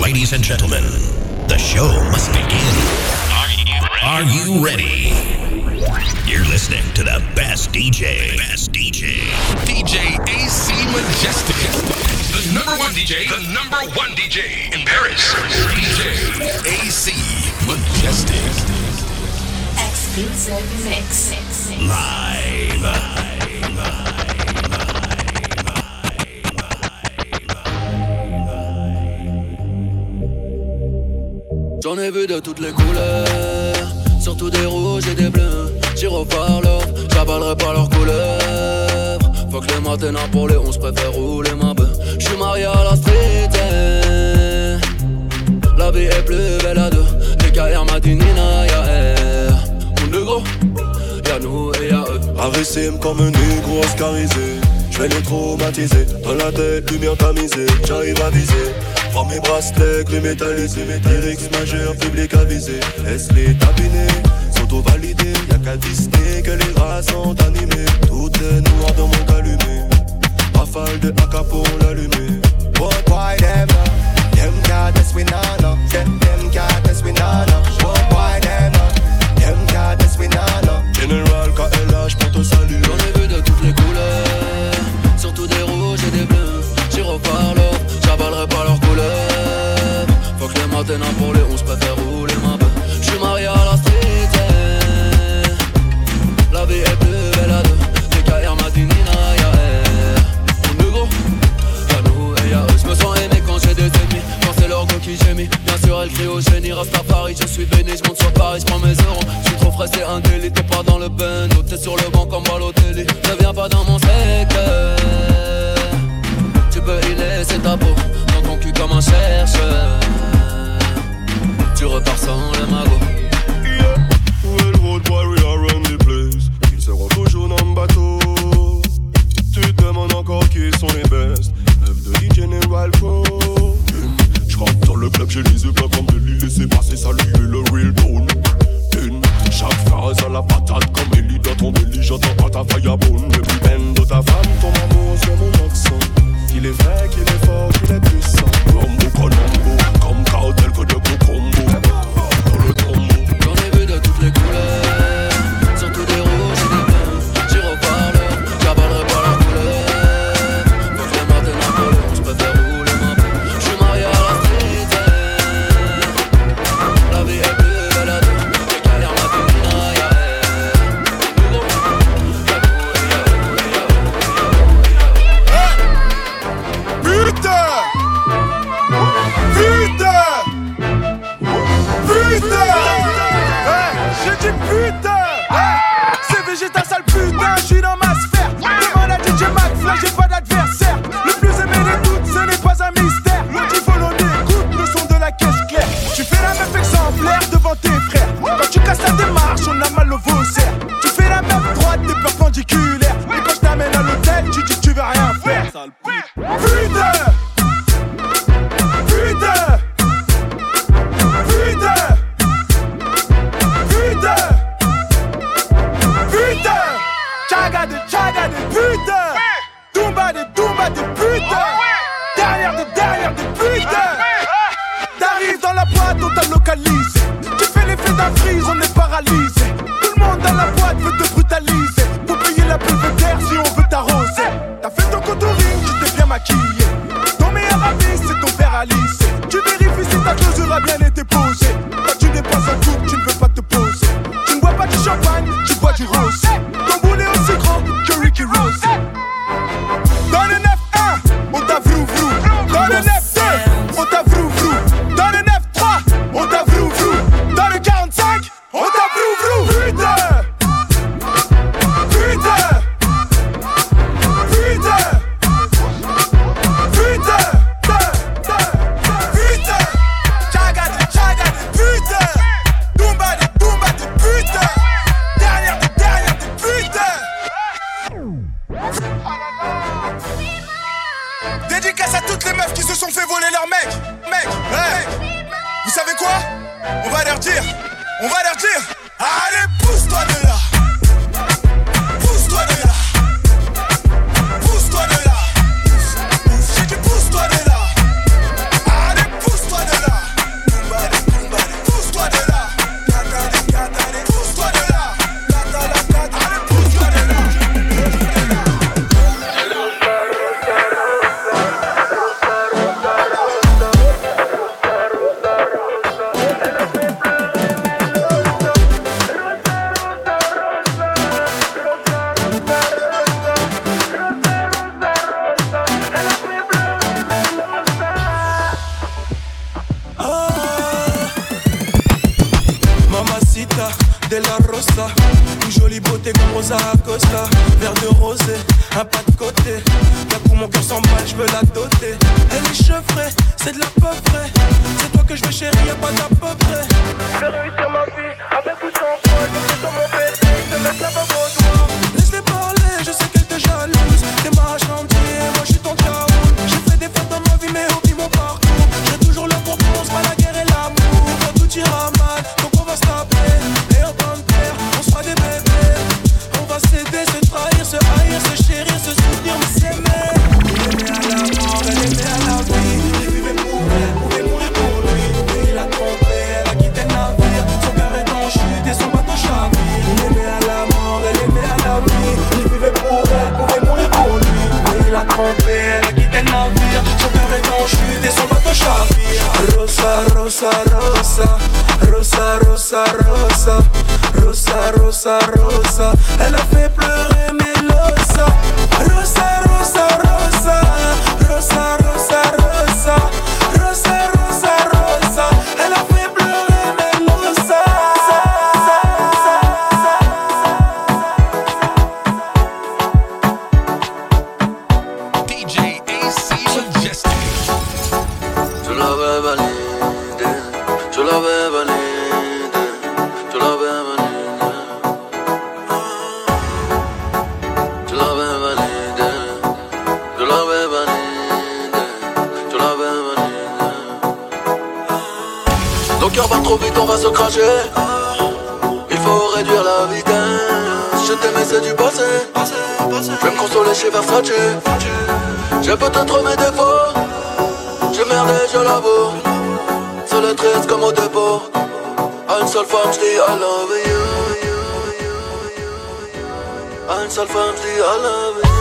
Ladies and gentlemen, the show must begin. Are you ready? You're listening to the best DJ. DJ AC Majestic. The number one DJ in Paris. DJ AC Majestic. Exclusive mix. Live. J'en ai vu de toutes les couleurs, surtout des rouges et des bleus. J'irai par l'offre, j'avalerai pas leurs couleurs. Faut que le matin pour les 11 préfère rouler ma bœuf. J'suis marié à la street, la vie est plus belle à deux. Les carrières Madinina, y'a air. Mon négro, y'a nous et y'a eux. Arissime comme un négro oscarisé. J'vais les traumatiser, dans la tête, lumière tamisée. J'arrive à viser. Prends mes bracelets, gris métallisés, lyrics majeurs, public avisé. Laisse-les tapiner, s'auto-valider. Y'a qu'à Disney que les rats sont animés. Tout est noir dans mon calumet. Rafale de AK pour l'allumer. Why them? Them got this we nana. Them got this we nana. Why them? Them got this we nana. General KLH pour te saluer. J'en ai vu de toutes les couleurs, surtout des rouges et des bleus. J'irai par l'or, j'avalerai pas leurs couleurs. Faut que le matin pour les 11 préfère rouler ma bœuf. J'suis marié à la street, la vie est plus belle à deux. Les carrières Madinina, y'a air. Mon négro, y'a nous et y'a eux. J'me sens aimé quand j'ai des ennemis, quand c'est l'orgue qui gémit. Bien sûr elle crie au génie, reste à Paris, je suis béni. J'monte sur Paris, j'prends mes euros. J'suis trop frais, c'est un délit. T'es pas dans le bendo, t'es sur le banc comme Balotelli. Ne viens pas dans mon secteur. Tu peux y laisser ta peau dans ton cul comme un chercheur. Tu repars sans le magot. Yeah, railroad warrior run the place. Ils seront toujours dans le bateau. Tu te demandes encore qui sont les best. Neuf de General Pro. J'rentre dans le club, j'ai les yeux bleus comme de l'île. Laissez passer, saluer le real tone. Chaque phrase à la patate comme Ellie dans ton belly. J'entends pas ta firebone. Le plus belle de ta femme, ton amour sur mon accent. Qu'il est vrai, qu'il est fort, qu'il est puissant. Rombo Colombo, comme cartel que de Cocombo. Dans le tombeau. J'en ai vu de toutes les couleurs, surtout des rouges et des bleus. J'irai par l'or, j'avalerai pas leurs couleurs. Faut que le matin pour les 11 préfère rouler ma bœuf. J'suis marié à la street, la vie est plus belle à deux. Les carrières Madinina, y'a air. Négro, y'a nous et y'a eux, et y'a eux, et y'a eux. Putain! J'ai dit putain! C'est végétal sale putain, j'suis dans ma sphère. Demande à DJ McFly, j'ai pas d'adversaire. Le plus aimé de toutes, ce n'est pas un mystère. Il faut l'on écoute le son de la caisse claire. Tu fais la meuf exemplaire devant tes frères. Quand tu casses la démarche, on a mal au faussaire. Tu fais la meuf droite, t'es perpendiculaire. Et quand je t'amène à l'hôtel, tu dis que tu veux rien faire. Putain! Chaga de putain! Dumba de putain! Derrière de putain! T'arrives dans la boîte, on t'a localisé. Tu fais l'effet d'un freeze, on est paralysé. Tout le monde dans la boîte veut te brutaliser. Pour payer la belvédère si on veut t'arroser. T'as fait ton contouring, tu t'es bien maquillé. Ton meilleur ami, c'est ton père Alice. Tu vérifies si ta closure a bien été posée. Quand tu dépenses un coup, tu ne veux pas te poser. Tu ne bois pas du champagne, tu bois du rosé. Ton boulet aussi grand que Ricky Rose. Dans le 9-1, on t'a vrou vrou. Dans le 9-2, on t'a vrou vrou. Dans le 9-3, on t'a vrou vrou. Dans le 45, on t'a vrou vrou. Putain! Putain! Putain! Putain! Putain! Chaga de putain! Dumba de putain! Derrière de putain! Dédicace à toutes les meufs qui se sont fait voler leur mec. Hey. Vous savez quoi? On va leur dire, allez, pousse-toi de là. Pousse-toi de là. Pousse-toi de là. J'ai dit pousse-toi de là. Allez, pousse-toi de là. Rosa Acosta, verre de rosé, un pas de côté. D'un coup mon cœur s'emballe, je veux la doter. Elle est chevrée, c'est de la pop vraie. C'est toi que je veux chérie, y'a pas d'à peu près. Je vais réussir ma vie, avec ou sans toi. Je vais sur mon PC, je te laisse la bave au doigt. Laisse-les parler, je sais qu'elle te jalouse. T'es ma chantier, moi je suis ton chaos. J'ai fait des fautes dans ma vie, mais oublie mon parcours. J'ai toujours le pour qu'on se fera la guerre et l'amour. Quand tout ira mal, donc on va se taper. Et en temps de terre, on sera des bébés. On va s'aider, se trahir, se haïr, se chérir, se soutenir, mais s'aimer. Il aimait à la mort, elle aimait à la vie. Il vivait pour elle, pouvait mourir pour lui. Et il a trompé, elle a quitté le navire. Son cœur est en chute et son bateau chavire. Il aimait à la mort, elle aimait à la vie. Il vivait pour elle, pouvait mourir pour lui. Et il a trompé, elle a quitté le navire. Son cœur est en chute et son bateau chavire. Rosa, rosa, rosa. Rosa, rosa, rosa. Rosa, rosa, rosa. Elle a fait pleurer Melosa. Rosa, rosa, rosa. Rosa, rosa, rosa. Rosa, rosa, rosa. Elle a fait pleurer Melosa. DJ AC Majestic. Tu l'avais validé, tu l'avais validé, tu l'avais validé. Tu l'avais validé, tu l'avais validé, tu l'avais validé. Nos cœurs battent trop vite, on va se cracher. Il faut réduire la vitesse. Je t'aimais, c'est du passé. Je vais me consoler chez Versace. J'ai peut-être mes défauts. J'ai merdé, je l'avoue. Seul et triste comme au dépôt. À une seule femme, j'dis I love you. À une seule femme, j'dis I love you.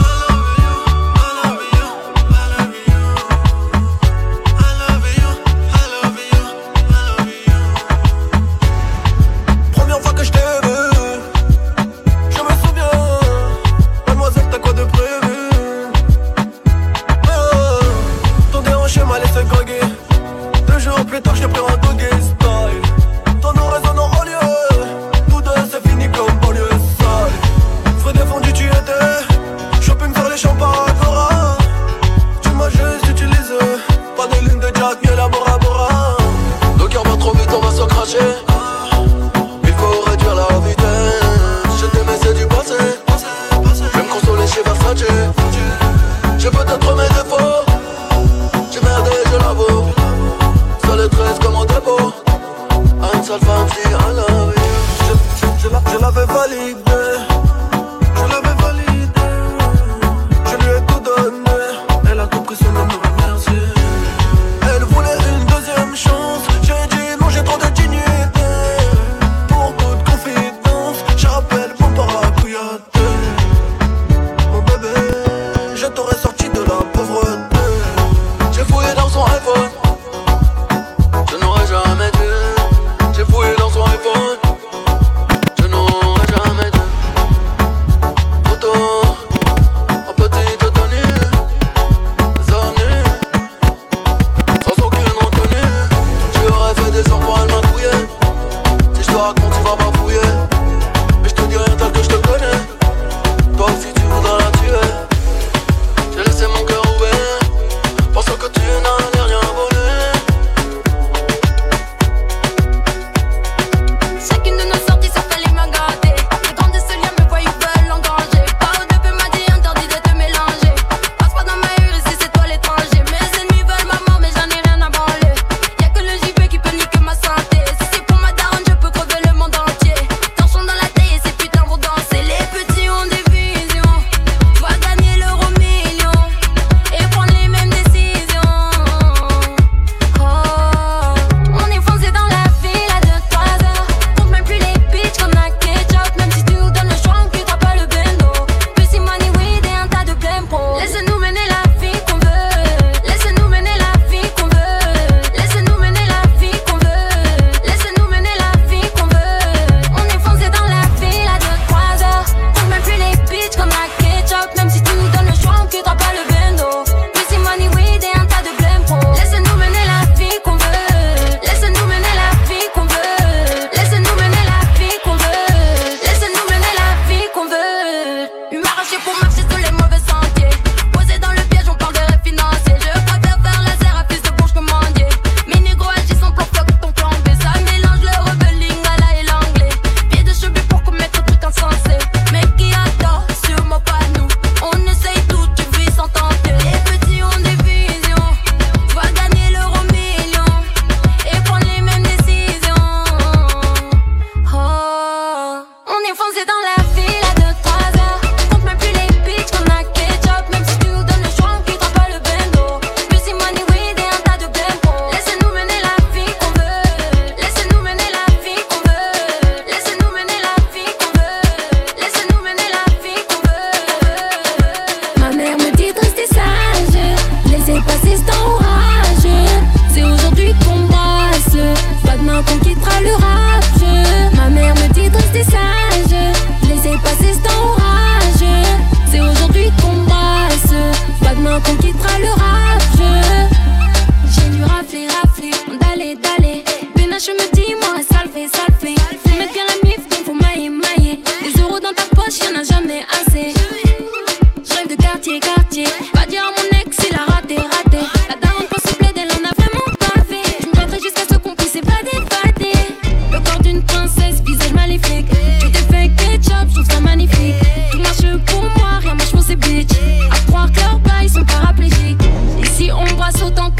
Première fois que je t'ai vu, je me souviens. Mademoiselle, t'as quoi de prévu? Ton déhanché m'a laissé groggy. 2 jours plus tard, j't'ai pris en doggy style. Ton nom résonne en lieu. Tout deux, c'est fini comme banlieue sale. Frais défendu, tu étais.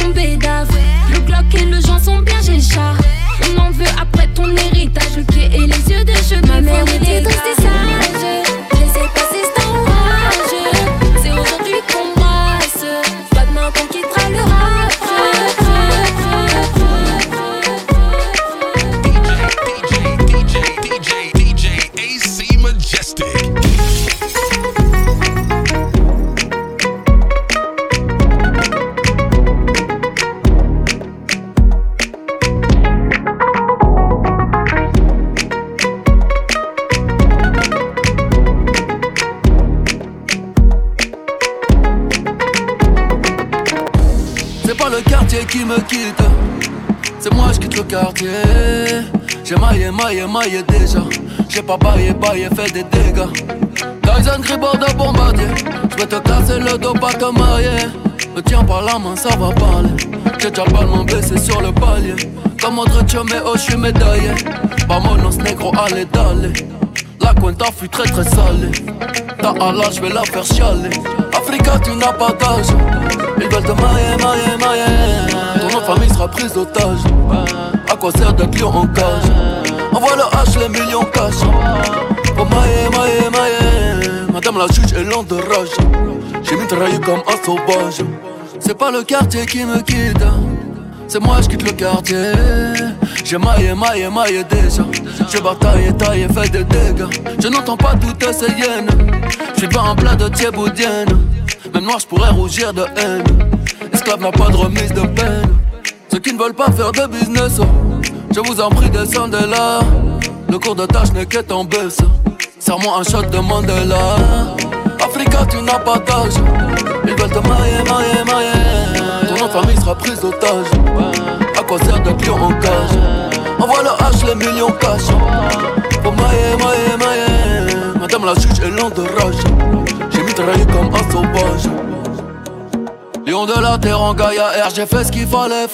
ton bédave. Le Glock et le Jean sont bien Géchard. On en veut après ton héritage. Le pied et les yeux de cheveux. Ma mère était triste et sage. Laissez passer cet orage. C'est aujourd'hui qu'on brasse. Pas demain qu'on quittera le rap. DJ AC Majestic. C'est pas le quartier qui me quitte, c'est moi je quitte le quartier. J'ai maillé déjà. J'ai pas baillé, fait des dégâts. Tyson Gribord de bombardier. J'vais te casser le dos, pas te marier. Me tiens par la main, ça va parler. J'ai déjà pas le main baissé sur le palier. Comme autre Chomeo, j'suis médaillé. Vamonos negro, allez d'aller. La cuenta fut très très salée. Ta Allah, j'vais la faire chialer. Africa, tu n'as pas d'âge. Ils veulent te mailler. Ton nom de famille sera prise d'otage. À quoi sert d'être lion en cage? Envoie le H, les millions cash. Pour mailler. Madame la juge est lente de rage. J'ai mitraillé comme un sauvage. C'est pas le quartier qui me quitte, c'est moi je quitte le quartier. J'ai maillé déjà. J'ai bataillé, taillé, fait des dégâts. Je n'entends pas toutes ces hyènes. J'suis pas un plat de thieboudienne. Même noir j'pourrais rougir de haine. Esclave n'a pas de remise de peine. Ceux qui ne veulent pas faire de business, je vous en prie descendez là. Le cours de tâche n'est qu'être en baisse. Serre-moi un shot de Mandela. Africa tu n'as pas d'âge. Ils veulent te mailler. Ton nom de famille sera prise d'otage. À quoi sert d'être lion en cage? Envoie le H, les millions cash. Pour mailler. Madame la juge est lente de rage. J'ai mitraillé comme un sauvage. Lion de la terre en Gaïa R, j'ai fait ce qu'il fallait.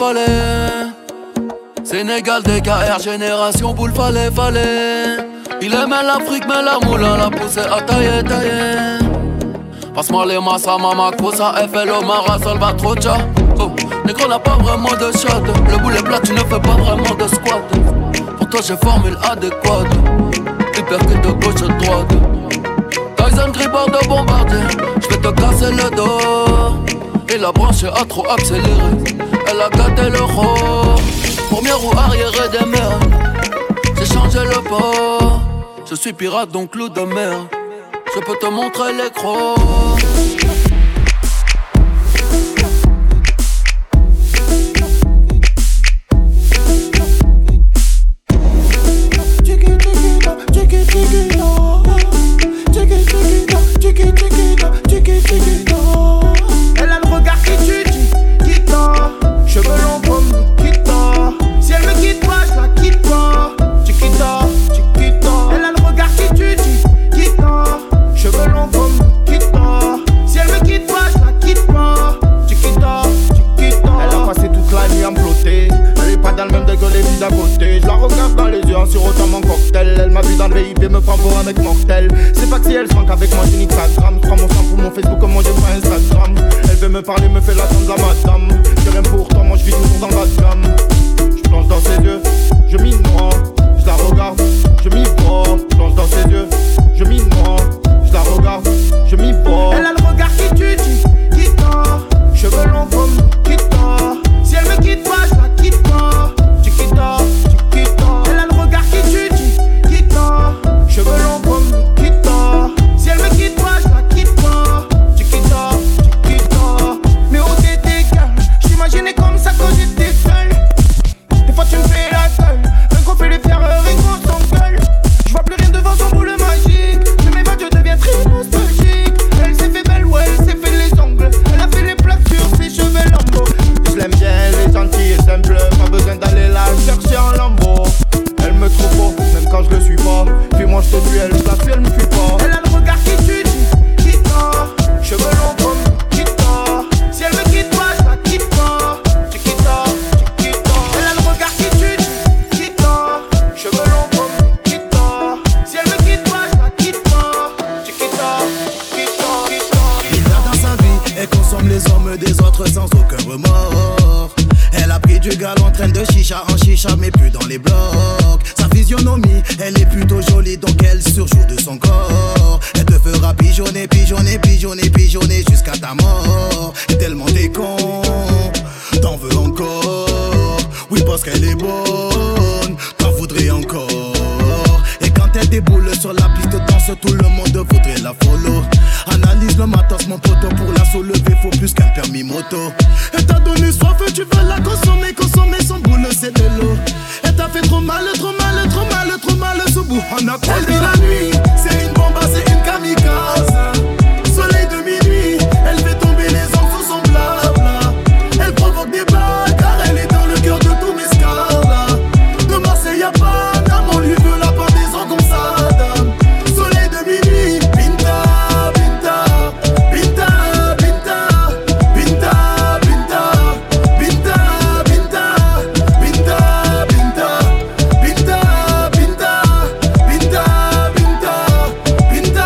Sénégal, DKR, génération boule, fallait. Il aimait l'Afrique, mais la moulin l'a poussé à tailler. Passe-moi les massa, mama, cosa, FLO, Mara, Salvatrocha. Oh, négro n'a pas vraiment de shot. Le boulet plat, tu ne fais pas vraiment de squat. Pour toi, j'ai formule adéquate. Hypercute de gauche à droite. Tyson Gribord de bombardier. J'vais te casser le dos. Et la branche a trop accéléré. Elle a gâté le roi. Première roue arrière des mers. J'ai changé le port. Je suis pirate donc loup de mer. Je peux te montrer les crocs. Elle a le regard qui tue, Kita. Cheveux longs comme Kita. Si elle me quitte pas, je la quitte pas. Chiquita. Elle a le regard qui tue, Kita. Cheveux longs comme Kita. Si elle me quitte pas, je la quitte pas. Chiquita. Elle a passé toute la nuit à me flotter. Elle est pas dans le même degré les filles d'à côté. Je la regarde dans les yeux en sirotant mon cocktail. Elle m'a vu dans le VIP, me prend pour un mec mortel. C'est pas que si elle se manque avec moi, j'ai une Instagram. Je prends mon sang pour mon Facebook, comment j'ai pas Instagram. Elle veut me parler, me fait la tendre à madame. J'ai rien pour toi, moi je vis toujours dans la gamme. Je plonge dans ses yeux, je m'y noie. Je la regarde, je m'y vois. Je plonge dans ses yeux, je m'y noie. Je la regarde, je m'y vois. Elle a le regard qui tue, Kita. Cheveux longs comme Kita. Si elle me quitte pas, je la quitte pas. Chiquita. Elle a le regard qui tue, Kita. Cheveux longs comme Kita. Si elle me quitte pas, je la quitte pas. Chiquita. Mais où t'étais, girl? J'imaginais comme ça quand j'étais seul. Des fois tu me fais la gueule. Un qu'on fait les faire, un qu'on s'engueule. Je vois plus rien devant son boule magique. Je m'évade, je deviens très nostalgique. Elle s'est fait belle, ouais, elle s'est fait les ongles. Elle a fait les plaques sur ses cheveux lambeaux. Je l'aime bien, elle est gentille et simple. Pas besoin d'aller la chercher en lambeau. Elle me trouve beau, même quand je le suis pas. Puis moi je te suis, elle, je la suis, elle me fuit pas. Elle a le regard qui tue, Kita. Cheveux longs comme Kita. Si elle me quitte pas, je la quitte pas. Chiquita. Elle a le regard qui tue, Kita. Cheveux longs comme Kita. Si elle me quitte pas, je la quitte pas. Chiquita. Il va dans sa vie et consomme les hommes des autres sans aucun remords. Portugal en train de chicha en chicha, mais plus dans les blocs. Sa physionomie, elle est plutôt jolie, donc elle surjoue de son corps. Elle te fera pigeonner, pigeonner, pigeonner, pigeonner jusqu'à ta mort. Et tellement t'es con, t'en veux encore. Oui, parce qu'elle est bonne, t'en voudrais encore. Et quand elle déboule sur la piste de danse, tout le monde voudrait la follow. Analyse le matos, mon poteau, pour la soulever, faut plus qu'un permis moto. Elle t'a donné soif, tu veux la consommer, consommer son boule, c'est de l'eau. Elle t'a fait trop mal, trop mal, trop mal, trop mal, ce bout. On a elle dit la nuit, c'est une bombe, c'est une kamikaze. Soleil de minuit, elle fait tomber les hommes sous son blabla. Elle provoque des blagues, car elle est dans le cœur de tous mes scars. De Marseille à Paname, on lui veut la pendaison comme ça, dame. Soleil de minuit, Pinta, Pinta, Pinta, Pinta, Pinta, Pinta, Pinta, Pinta, Pinta, Pinta, Pinta, Pinta, Pinta, Pinta,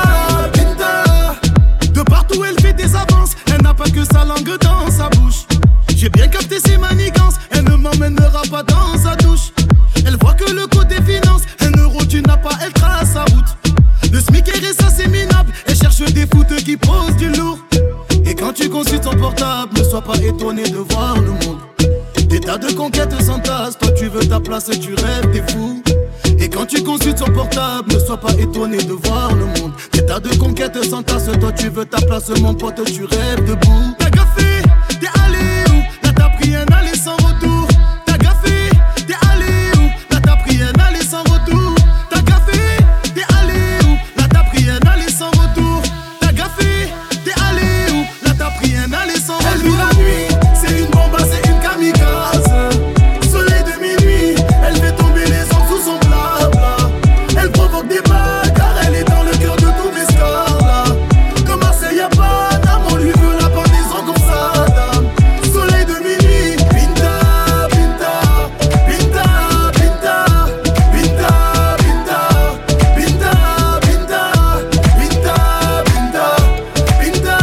Pinta. De partout elle fait des avances, elle n'a pas que sa langue dans sa bouche. J'ai bien capté ses manigances, elle ne m'emmènera pas dans sa douche. Elle voit que le côté finance, un euro tu n'as pas, elle trace sa route. Le SMIC est ça c'est minable, elle cherche des foutes qui posent du lourd. Et quand tu consultes son portable, ne sois pas étonné de voir le monde. Des tas de conquêtes s'entassent, toi tu veux ta place et tu rêves, t'es fou. Et quand tu consultes son portable, ne sois pas étonné de voir le monde. Des tas de conquêtes s'entassent, toi tu veux ta place, mon pote, tu rêves debout. T'as gaffé, t'es allé où? Là t'as pris un aller sans retour. T'as gaffé, t'es allé où? Là t'as pris un aller sans retour. T'as gaffé, t'es allé où? Là t'as pris un aller sans retour. T'as gaffé, t'es allé où? Là t'as pris un aller sans retour. Elle vit la nuit, c'est une bombe, c'est une kamikaze. Soleil de minuit, elle fait tomber les hommes sous son blabla. Elle provoque des blagues, car elle est dans le cœur de tous mes scars. De Marseille à Paname, on lui veut la pendaison comme ça, dame. Soleil de minuit, Pinta, Pinta, Pinta, Pinta, Pinta, Pinta, Pinta, Pinta, Pinta, Pinta, Pinta, Pinta,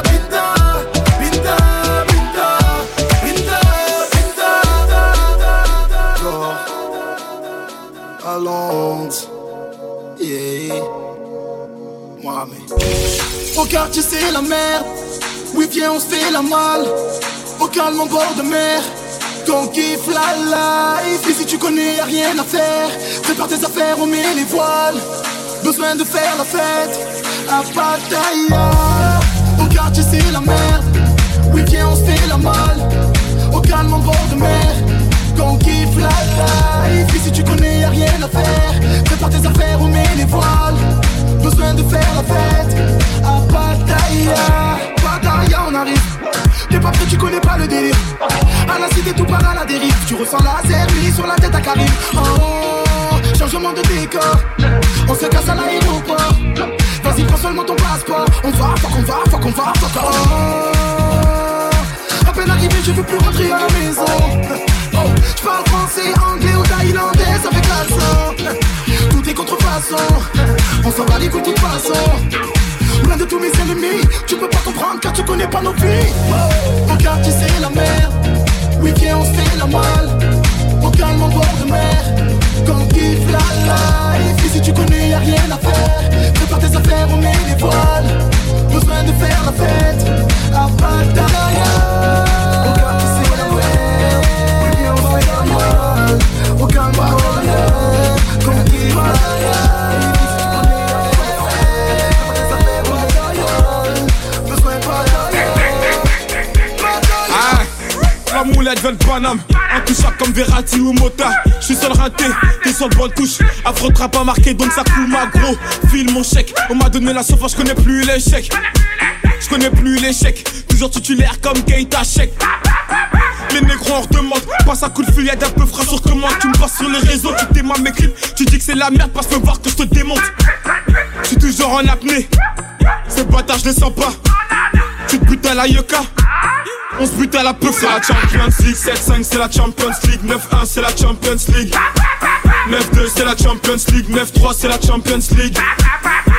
Pinta, Pinta, allons, yeah, Mohamed. Au quartier c'est la merde, oui viens on se fait la malle. Au calme en bord de mer, qu'on kiffe la life. Ici tu connais y'a rien à faire, prépare tes affaires, on met les voiles. Besoin de faire la fête à Pattaya. Au quartier c'est la merde, oui viens on se fait la malle. Au calme en bord de mer, qu'on kiffe la life. Ici tu connais y'a rien à faire, prépare tes affaires, on met les voiles. Besoin de faire la fête à Pattaya. Pattaya on arrive, t'es pas prêt, tu connais pas le délire. À la cité tout part à la dérive, tu ressens la zermie sur la tête à Karim. Oh, changement de décor, on se casse à l'aéroport. Vas-y prends seulement ton passeport, on va, fuck on va. À peine arrivé je veux plus rentrer à la maison. Oh, je parle français, anglais ou thaïlandais avec l'accent. Tout est contrefaçon, on s'en va les coups de toute façon. Loin de tous mes ennemis, tu peux pas comprendre car tu connais pas nos vies. Au quartier c'est la merde, oui viens on se fait la malle. Au calme en bord de mer, qu'on kiffe la life. Ici tu connais y'a rien à faire, prépare tes affaires, on met les voiles. Besoin de faire la fête à Pattaya. Au quartier c'est la merde, oui viens on se fait la malle. Au calme en bord de mer, qu'on kiffe la life. La moulette veut le Paname, intouchable comme Verratti ou Mota. J'suis sur le raté, t'es sur le bonne touche. Affreux trap pas marqué donc ça coule ma gros. File mon chèque, on m'a donné la sauce, j'connais plus l'échec. J'connais plus l'échec, toujours titulaire comme Keita Sheik. Les négros en redemande, passe un coup de fil, un peu frais sur commande. Tu me passes sur les réseaux, tu t'aimes mes clips. Tu dis que c'est la merde, passe me voir que je te démonte. J'suis toujours en apnée, ces bâtards je les sens pas. Tu te butes à la Yoka, on se bute à la peu. C'est la Champions League, 7-5 c'est la Champions League, 9-1 c'est la Champions League, 9-2 c'est la Champions League, 9-3 c'est la Champions League,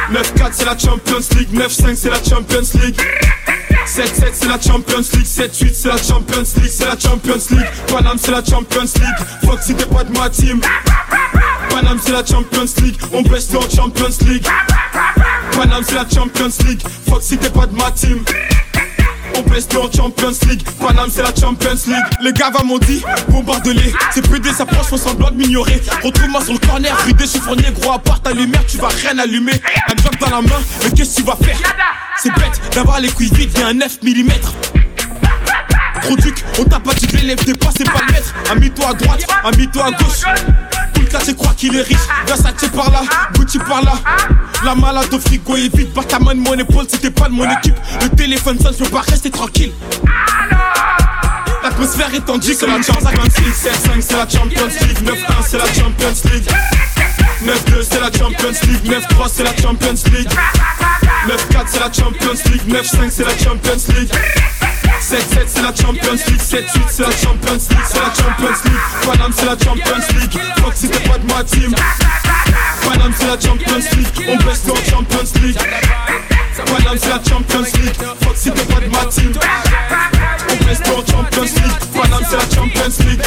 9-4 c'est la Champions League, 9-5 c'est la Champions League, 7-7 c'est la Champions League, 7-8 c'est la Champions League, c'est la Champions League. Paname c'est la Champions League, fuck si t'es pas de ma team. Paname c'est la Champions League, on baisse en Champions League. Paname c'est la Champions League, fuck si t'es pas de ma team. On baisse en Champions League, Paname c'est la Champions League. Les gars m'ont dit, bombarde-les. C'est PD s'approche, font semblant de m'ignorer. Retrouve-moi sur le corner, rue chiffonnier. Gros à part ta lumière, tu vas rien allumer. Un job dans la main, mais qu'est-ce que tu vas faire? C'est bête d'avoir les couilles vides, y'a un 9 mm. Gros duc, on t'a pas dit de l'élève, t'es pas, c'est pas le maître. Amie-toi à droite, amie-toi à gauche. Tout le cas, tu crois qu'il est riche. Versace par là, Gucci par là. La malade au frigo est vide, par ta main de mon épaule si t'es pas de mon équipe. Le téléphone sonne, je peux pas rester tranquille. L'atmosphère est tendue comme la Champions League. 7-5 c'est la Champions League, 9-1 c'est la Champions League, 9-2 c'est la Champions League, 9-3 c'est la Champions League, 9-4 c'est la Champions League, 9-5 c'est la Champions League, 7-7 c'est la Champions League, 7-8 c'est la Champions League, c'est la Champions League. Paname c'est la Champions League, fuck si t'es pas de ma team. Paname c'est la Champions League, on baisse en Champions League. Paname c'est la Champions League, fuck si t'es pas de ma team. On baisse en Champions League, Paname c'est la Champions League.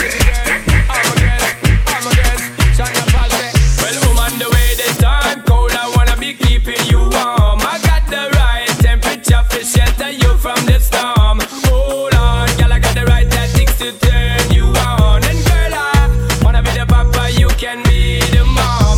Well, woman, the way this time cold, I wanna be keeping you warm. I got the right temperature for shelter you from the storm. Hold on, girl, I got the right tactics to turn you on. And girl, I wanna be the papa, you can be the mom.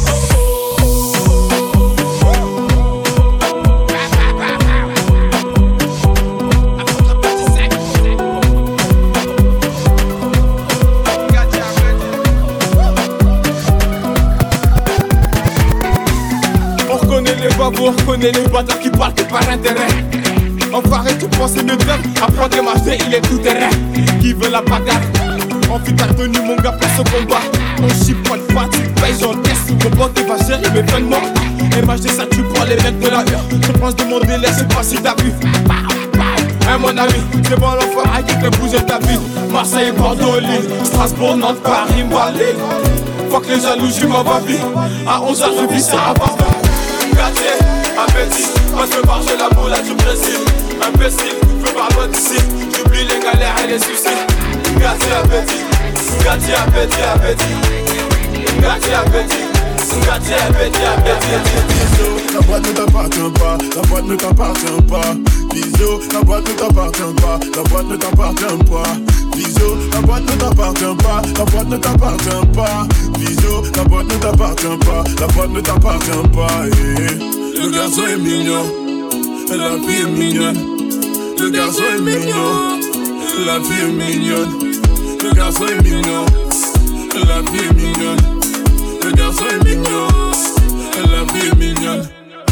On reconnaît les bâtards qui parlent que par intérêt. Enfoiré, tu penses mieux faire. Apprendre ma vie, il est tout terrain. Qui veut la bagarre? En fit t'as retenu mon gars pour ce combat. On chip pas de pas, tu payes, j'encaisse. Mon pote va gérer mes vêtements. MHD ça tue pour les mecs de la heure. Je pense de mon délai, c'est pas si t'as vu. Hein mon ami, c'est bon l'enfoiré qui fait bouger ta vie. Marseille, Bordeaux, Lille, Strasbourg, Nantes, Paris, Malais. Fuck les jaloux, j'suis ma vie. À 11h je vis sur un bord. Gâté, appétit, quand je veux marcher la boule du Brésil. Imbécile, je veux pas loin d'ici. J'oublie les galères et les soucis. Gâté, appétit, gâté, appétit, appétit. Gâté, appétit, gâté, appétit, appétit. La boîte ne t'appartient pas, la boîte ne t'appartient pas. Bisous, la boîte ne t'appartient pas, la boîte ne t'appartient pas. Bisous, la boîte ne t'appartient pas, la boîte ne t'appartient pas. Bisous, la boîte ne t'appartient pas, la boîte ne t'appartient pas. Le garçon est mignon, la fille est mignonne. Le garçon est mignon, la fille est mignonne. Le garçon est mignon, la fille est mignonne. Le garçon est mignon, la fille est mignonne.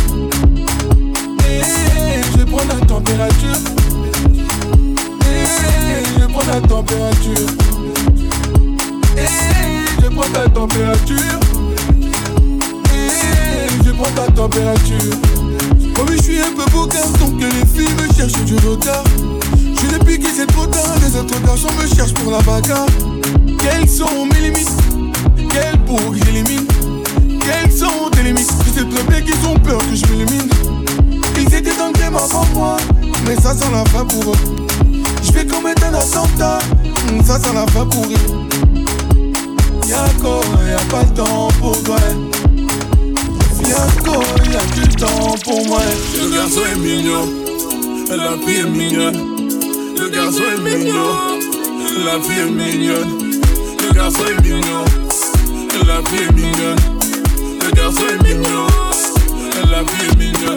Je vais prendre la température. Je vais prendre la température. Je vais prendre la température. Je vais prendre la température. Oh oui, je suis un peu beau garçon que les filles me cherchent du regard. Je suis le piqué, c'est trop tard. Les autres garçons me cherchent pour la bagarre. Quelles sont mes limites? Quelles pour que j'élimine? Quelles sont tes limites? Je sais très bien qu'ils ont peur que je m'élimine. Ils étaient dans le game avant moi, mais ça sent la fin pour eux. Je vais commettre un attentat, ça sent la fin pour eux. Y'a pas le temps pour toi. Y'a du temps pour moi. Le garçon est mignon, la fille est mignonne. Le garçon est mignon, la fille est mignonne. Le garçon est mignon, la fille est mignonne. Le garçon est mignon, la fille est mignonne.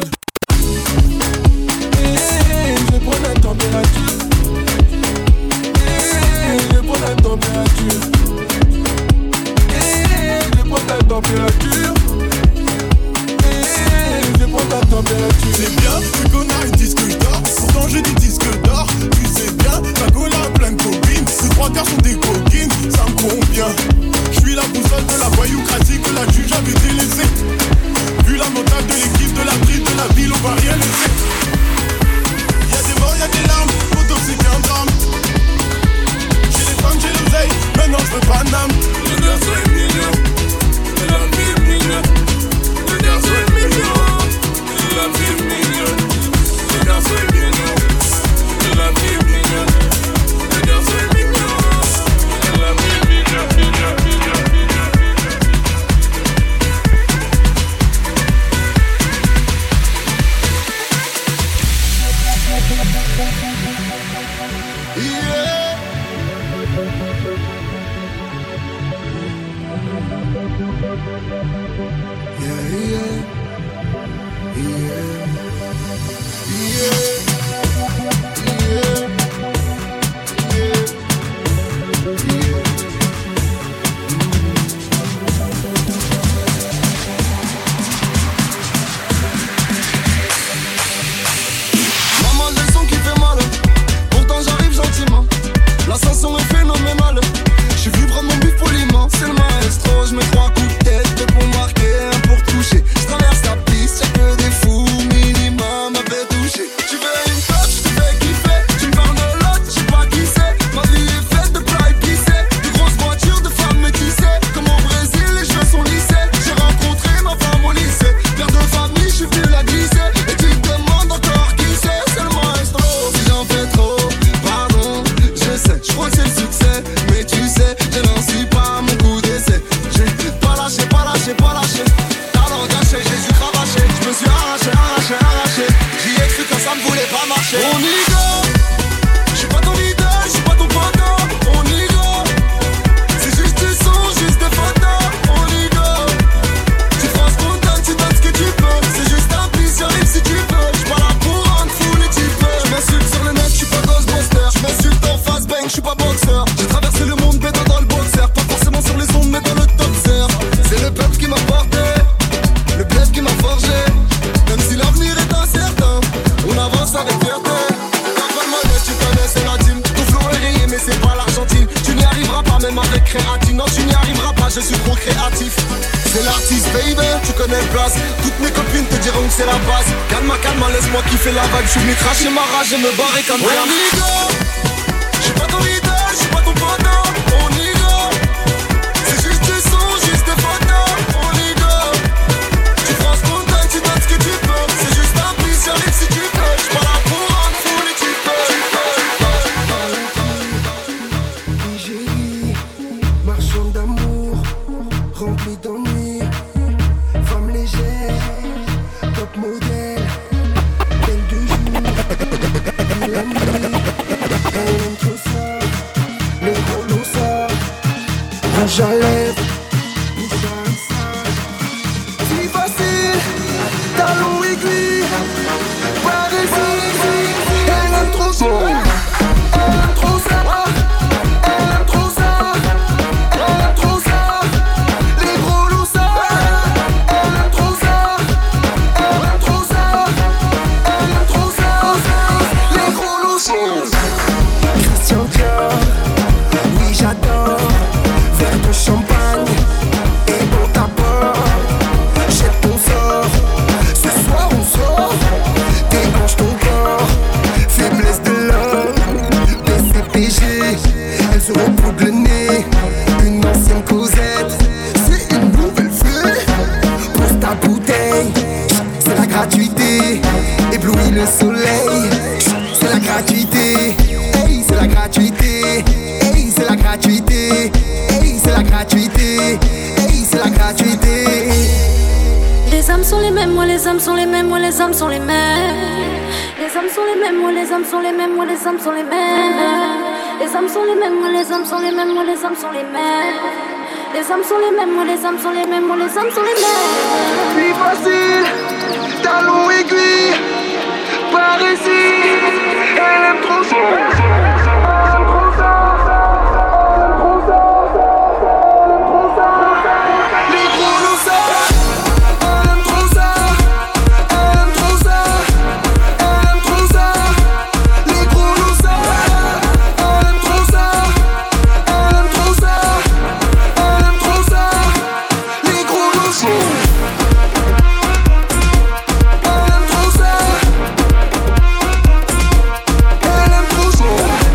Je vais prendre la température. Je vais prendre la température. Je vais prendre la température. Je vais prendre la température. C'est bien, vu qu'on a un disque d'or. Pourtant j'ai des disques d'or. Tu sais bien, la gola a plein de copines. Ces trois quarts sont des coquines, ça me convient. Je suis la boussole de la voyoucratie que la juge avait délaissée. Vu la mentale de l'équipe, de la bride, de la ville, on va rien laisser. Y'a des morts, y'a des larmes, autant c'est qu'un drame. J'ai les femmes, j'ai l'oseille, maintenant je veux pas d'âme. Le garçon est mignon, la vie est mignonne. Le garçon est mignon, Je me barre comme ça. On y go. J'suis pas ton idole, j'suis pas ton poteau. On y go. C'est juste du son, juste des photos. On y go. Tu prends ce qu'on donne, tu donnes ce que tu peux. C'est juste un bis, j'arrive si tu peux. J'suis pas là pour rendre fou les tu peux. Nigérie, marchand d'amour, rempli d'ennui. Femme légère, top modèle. Belle de jour. La nuit, elle aime trop ça. Le gros l'eau ça. Rouge à lèvres. Si facile, talons aiguilles. Paris, elle aime trop ça. Elle aime trop ça. Elle aime trop ça. Elle aime trop ça. Les gros loups ça. Elle aime trop ça. Elle aime trop ça. Elle aime trop ça. Les gros loups. Christian Dior, oui j'adore. Verre de champagne et bon tabac. Jette ton sort, ce soir on sort. Déhanche ton corps, faiblesse de l'homme. PCPG, elle se repoudre le nez. Une ancienne Cosette, c'est une nouvelle fée. Pose ta bouteille, c'est la gratuité. Éblouit le soleil, c'est la gratuité. Hey, c'est la gratuité. Hey, c'est la gratuité. Hey, c'est la gratuité. Hey, c'est la gratuité. Les âmes sont les mêmes, moi les âmes sont les mêmes, moi les âmes sont les mêmes. Les âmes sont les mêmes, moi les âmes sont les mêmes, moi les âmes sont les mêmes. Les âmes sont les mêmes, moi les âmes sont les mêmes, moi les âmes sont les mêmes. Les âmes sont les mêmes, moi les âmes sont les mêmes, moi les âmes sont les mêmes. Plus facile, talons aiguilles. Par ici, elle aime trop ça. Elle aime trop ça. Elle aime trop ça. Elle aime trop ça. Les gros loups ça. Elle aime trop ça. Elle aime trop ça. Elle aime trop ça. Les gros loups ça. Elle aime trop ça. Elle aime trop ça. Elle aime trop ça. Les gros loups ça. Elle aime trop ça. Elle aime trop ça.